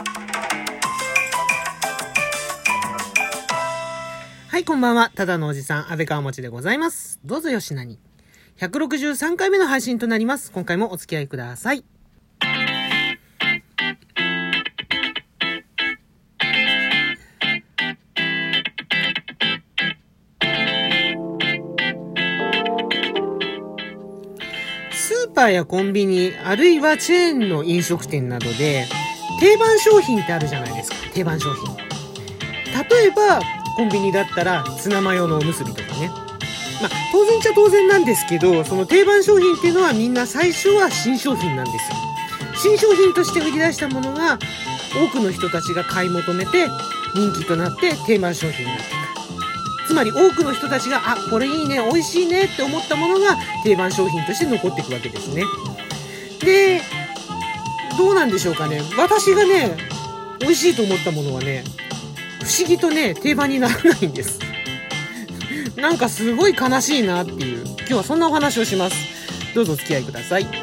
はい、こんばんは。ただのおじさん、安倍川持でございます。どうぞよしなに。163回目の配信となります。今回もお付き合いください。スーパーやコンビニ、あるいはチェーンの飲食店などで、定番商品ってあるじゃないですか。定番商品。例えば、コンビニだったらツナマヨのおむすびとかね。当然っちゃ当然なんですけど、その定番商品っていうのはみんな最初は新商品なんですよ。新商品として売り出したものが多くの人たちが買い求めて人気となって定番商品になっていく。つまり多くの人たちがこれいいね、美味しいねって思ったものが定番商品として残っていくわけですね。で、どうなんでしょうかね。私がね、美味しいと思ったものはね、不思議とね、定番にならないんです。なんかすごい悲しいなっていう、今日はそんなお話をします。どうぞお付き合いください。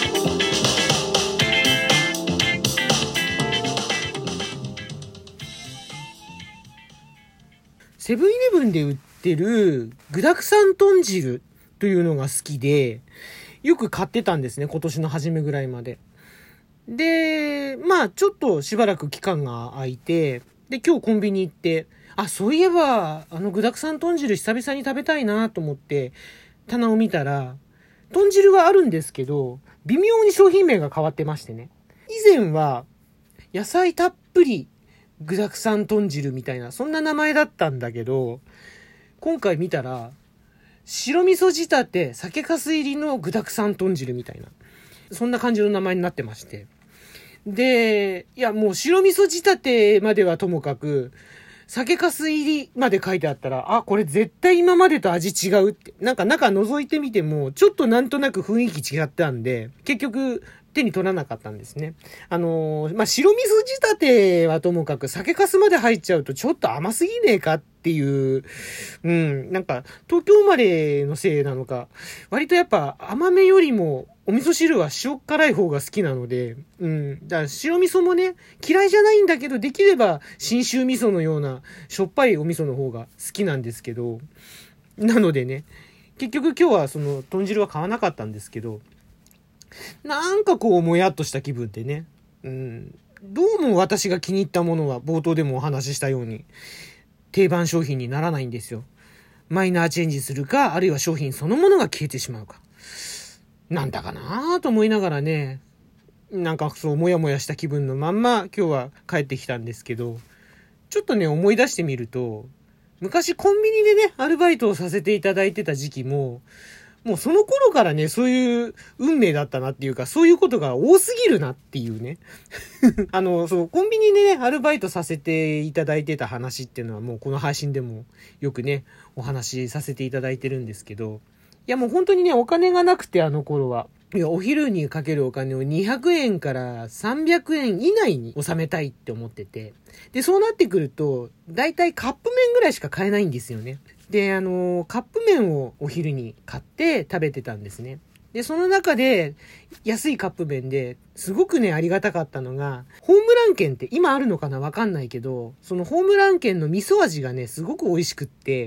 セブンイレブンで売ってる具沢山豚汁というのが好きで、よく買ってたんですね、今年の初めぐらいまで。で、ちょっとしばらく期間が空いて、で、今日コンビニ行って、そういえば、具沢山豚汁久々に食べたいなと思って、棚を見たら、豚汁はあるんですけど、微妙に商品名が変わってましてね。以前は、野菜たっぷり具沢山豚汁みたいな、そんな名前だったんだけど、今回見たら、白味噌仕立て、酒粕入りの具沢山豚汁みたいな、そんな感じの名前になってまして。で、もう白味噌仕立てまではともかく、酒粕入りまで書いてあったら、これ絶対今までと味違うって。なんか中覗いてみても、ちょっとなんとなく雰囲気違ったんで、結局手に取らなかったんですね。白味噌仕立てはともかく、酒粕まで入っちゃうとちょっと甘すぎねえかっていう、なんか東京生まれのせいなのか、割とやっぱ甘めよりもお味噌汁は塩辛い方が好きなので、だから白味噌もね、嫌いじゃないんだけど、できれば信州味噌のようなしょっぱいお味噌の方が好きなんですけど、なのでね、結局今日はその豚汁は買わなかったんですけど、なんかもやっとした気分でね、どうも私が気に入ったものは冒頭でもお話ししたように、定番商品にならないんですよ。マイナーチェンジするか、あるいは商品そのものが消えてしまうか。なんだかなと思いながらね、なんかそうもやもやした気分のまんま今日は帰ってきたんですけど、ちょっとね思い出してみると、昔コンビニでねアルバイトをさせていただいてた時期もうその頃からねそういう運命だったなっていうか、そういうことが多すぎるなっていうねそうコンビニでねアルバイトさせていただいてた話っていうのはもうこの配信でもよくねお話しさせていただいてるんですけど、もう本当にね、お金がなくて頃は。お昼にかけるお金を200円から300円以内に収めたいって思ってて。で、そうなってくると、だいたいカップ麺ぐらいしか買えないんですよね。で、カップ麺をお昼に買って食べてたんですね。で、その中で、安いカップ麺ですごくね、ありがたかったのが、ホームラン軒って今あるのかなわかんないけど、そのホームラン軒の味噌味がね、すごく美味しくって、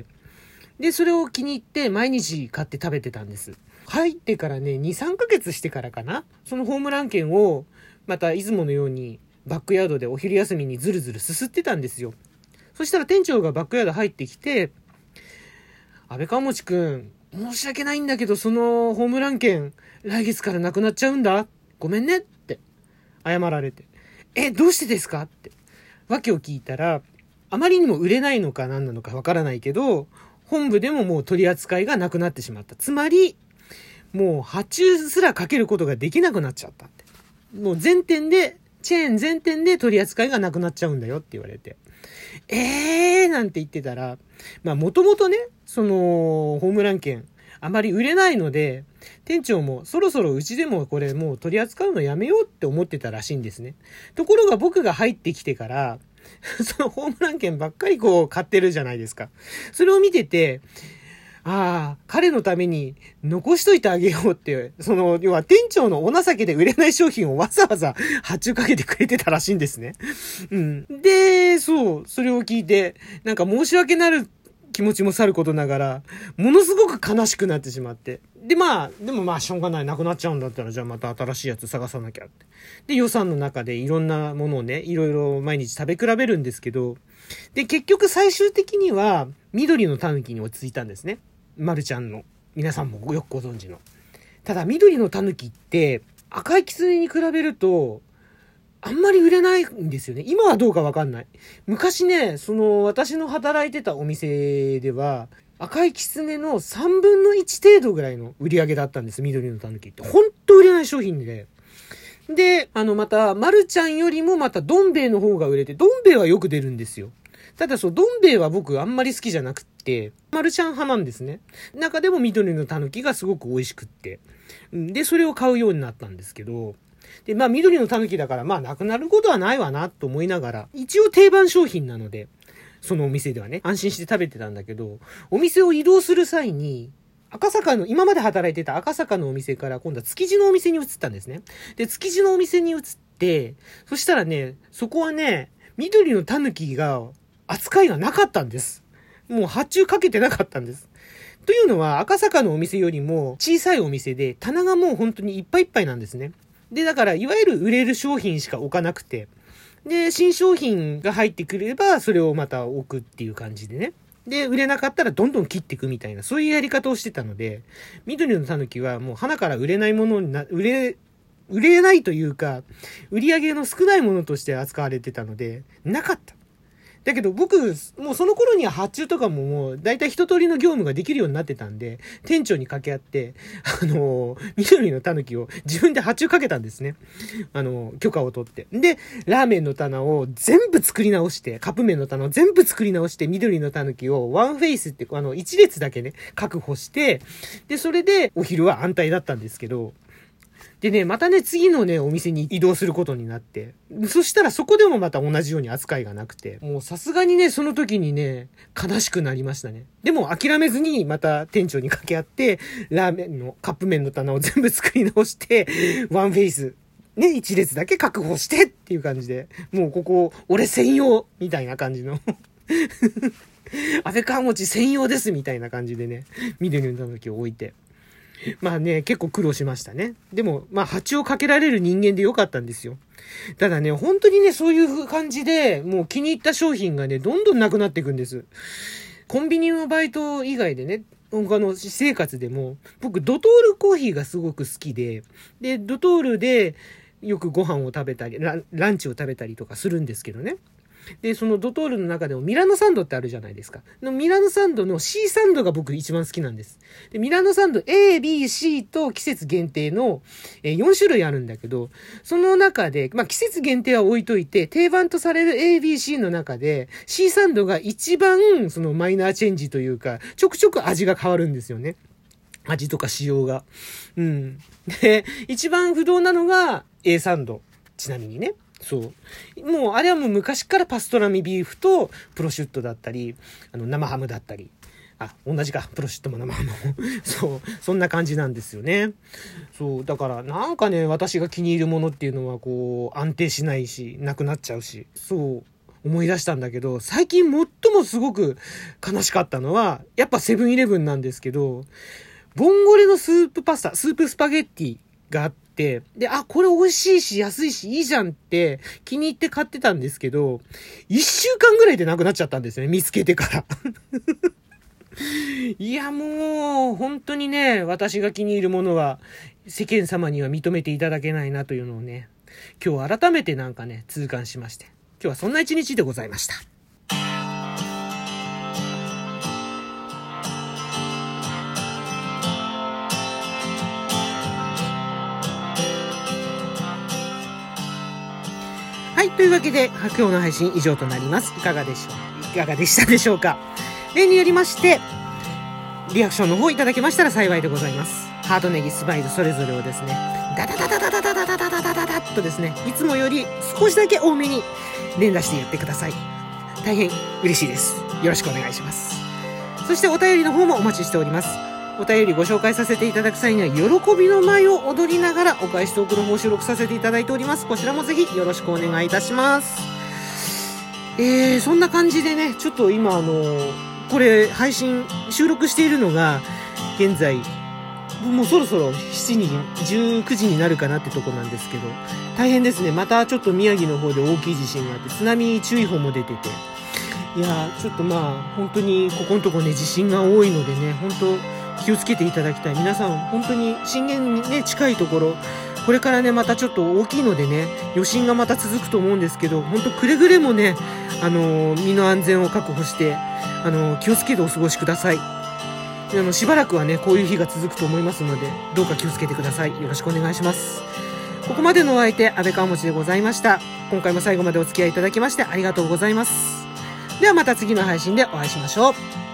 で、それを気に入って毎日買って食べてたんです。入ってからね、2、3ヶ月してからかな。そのホームラン券を、またいつものようにバックヤードでお昼休みにずるずるすすってたんですよ。そしたら店長がバックヤード入ってきて、安倍川持くん、申し訳ないんだけど、そのホームラン券、来月からなくなっちゃうんだ。ごめんねって、謝られて。どうしてですかって。訳を聞いたら、あまりにも売れないのか何なのかわからないけど、本部でももう取り扱いがなくなってしまった。つまり、もう発注すらかけることができなくなっちゃったって。もうチェーン全店で取り扱いがなくなっちゃうんだよって言われて。なんて言ってたら、もともとね、その、ホームラン券、あまり売れないので、店長もそろそろうちでもこれもう取り扱うのやめようって思ってたらしいんですね。ところが僕が入ってきてから、そのホームラン券ばっかり買ってるじゃないですか。それを見てて、 彼のために残しといてあげようって、要は店長のお情けで売れない商品をわざわざ発注かけてくれてたらしいんですね。で、それを聞いて、なんか申し訳なる気持ちもさることながら、ものすごく悲しくなってしまって。でもしょうがない。なくなっちゃうんだったら、じゃあまた新しいやつ探さなきゃって。で、予算の中でいろんなものをね、いろいろ毎日食べ比べるんですけど、で、結局最終的には、緑の狸に落ち着いたんですね。まるちゃんの。皆さんもよくご存知の。ただ、緑の狸って、赤い狐に比べると、あんまり売れないんですよね。今はどうかわかんない。昔ね、私の働いてたお店では、赤い狐の3分の1程度ぐらいの売り上げだったんです。緑の狸って。ほんと売れない商品で。で、また、まるちゃんよりもまた、どん兵衛の方が売れて、どん兵衛はよく出るんですよ。ただどん兵衛は僕あんまり好きじゃなくって、まるちゃん派なんですね。中でも緑の狸がすごく美味しくって。で、それを買うようになったんですけど、で、緑の狸だから、なくなることはないわな、と思いながら、一応定番商品なので、そのお店ではね、安心して食べてたんだけど、お店を移動する際に、今まで働いてた赤坂のお店から今度は築地のお店に移ったんですね。で、築地のお店に移って、そしたらね、そこはね、緑の狸が扱いがなかったんです。もう発注かけてなかったんです。というのは、赤坂のお店よりも小さいお店で、棚がもう本当にいっぱいいっぱいなんですね。で、だから、いわゆる売れる商品しか置かなくて、で、新商品が入ってくれば、それをまた置くっていう感じでね。で、売れなかったらどんどん切っていくみたいな、そういうやり方をしてたので、緑の狸はもう花から売れないものに売れないというか、売り上げの少ないものとして扱われてたので、なかった。だけど僕、もうその頃には発注とかももう大体一通りの業務ができるようになってたんで、店長に掛け合って、緑の狸を自分で発注かけたんですね。許可を取って。で、ラーメンの棚を全部作り直して、カップ麺の棚を全部作り直して、緑の狸をワンフェイスって一列だけね、確保して、で、それでお昼は安泰だったんですけど、でね、またね、次のね、お店に移動することになって、そしたらそこでもまた同じように扱いがなくて、もうさすがにね、その時にね、悲しくなりましたね。でも諦めずにまた店長に掛け合って、ラーメンの、カップ麺の棚を全部作り直して、ワンフェイス、ね、一列だけ確保してっていう感じで、もうここ、俺専用みたいな感じの。安倍川餅専用ですみたいな感じでね、緑の狸を置いて。結構苦労しましたね。でも、発注をかけられる人間でよかったんですよ。ただね、本当にね、そういう感じで、もう気に入った商品がね、どんどんなくなっていくんです。コンビニのバイト以外でね、他の私生活でも、僕、ドトールコーヒーがすごく好きで、で、ドトールでよくご飯を食べたり、ランチを食べたりとかするんですけどね。で、そのドトールの中でもミラノサンドってあるじゃないですか。ミラノサンドの C サンドが僕一番好きなんです。で、ミラノサンド A、B、C と季節限定の4種類あるんだけど、その中で、季節限定は置いといて、定番とされる A、B、C の中で C サンドが一番そのマイナーチェンジというか、ちょくちょく味が変わるんですよね。味とか仕様が。で、一番不動なのが A サンド。ちなみにね。そう。もう、あれはもう昔からパストラミビーフとプロシュットだったり、生ハムだったり。同じか。プロシュットも生ハムも。そう。そんな感じなんですよね。そう。だから、なんかね、私が気に入るものっていうのは、安定しないし、なくなっちゃうし。そう。思い出したんだけど、最近最もすごく悲しかったのは、やっぱセブンイレブンなんですけど、ボンゴレのスープスパゲッティがあって、で、これ美味しいし安いしいいじゃんって気に入って買ってたんですけど、1週間ぐらいでなくなっちゃったんですね、見つけてから。いやもう、本当にね、私が気に入るものは世間様には認めていただけないなというのをね、今日改めてなんかね、痛感しまして。今日はそんな一日でございました。はい。というわけで、今日の配信以上となります。いかがでしたでしょうか。例によりまして、リアクションの方いただけましたら幸いでございます。ハートネギ、スマイル、それぞれをですね、ダダダダダダダダダダダダダッとですね、いつもより少しだけ多めに連打してやってください。大変嬉しいです。よろしくお願いします。 そしてお便りの方もお待ちしております。お便りご紹介させていただく際には、喜びの舞を踊りながらお返しトークの方収録させていただいております。こちらもぜひよろしくお願いいたします。そんな感じでね、ちょっと今これ収録しているのが、現在、もうそろそろ19時になるかなってとこなんですけど、大変ですね。またちょっと宮城の方で大きい地震があって、津波注意報も出てて、いやちょっと本当にここのとこね、地震が多いのでね、本当気をつけていただきたい。皆さん本当に震源にね近いところ、これからねまたちょっと大きいのでね、余震がまた続くと思うんですけど、本当くれぐれもね身の安全を確保して気をつけてお過ごしください。しばらくはねこういう日が続くと思いますので、どうか気をつけてください。よろしくお願いします。ここまでのお相手、安倍川持でございました。今回も最後までお付き合いいただきましてありがとうございます。ではまた次の配信でお会いしましょう。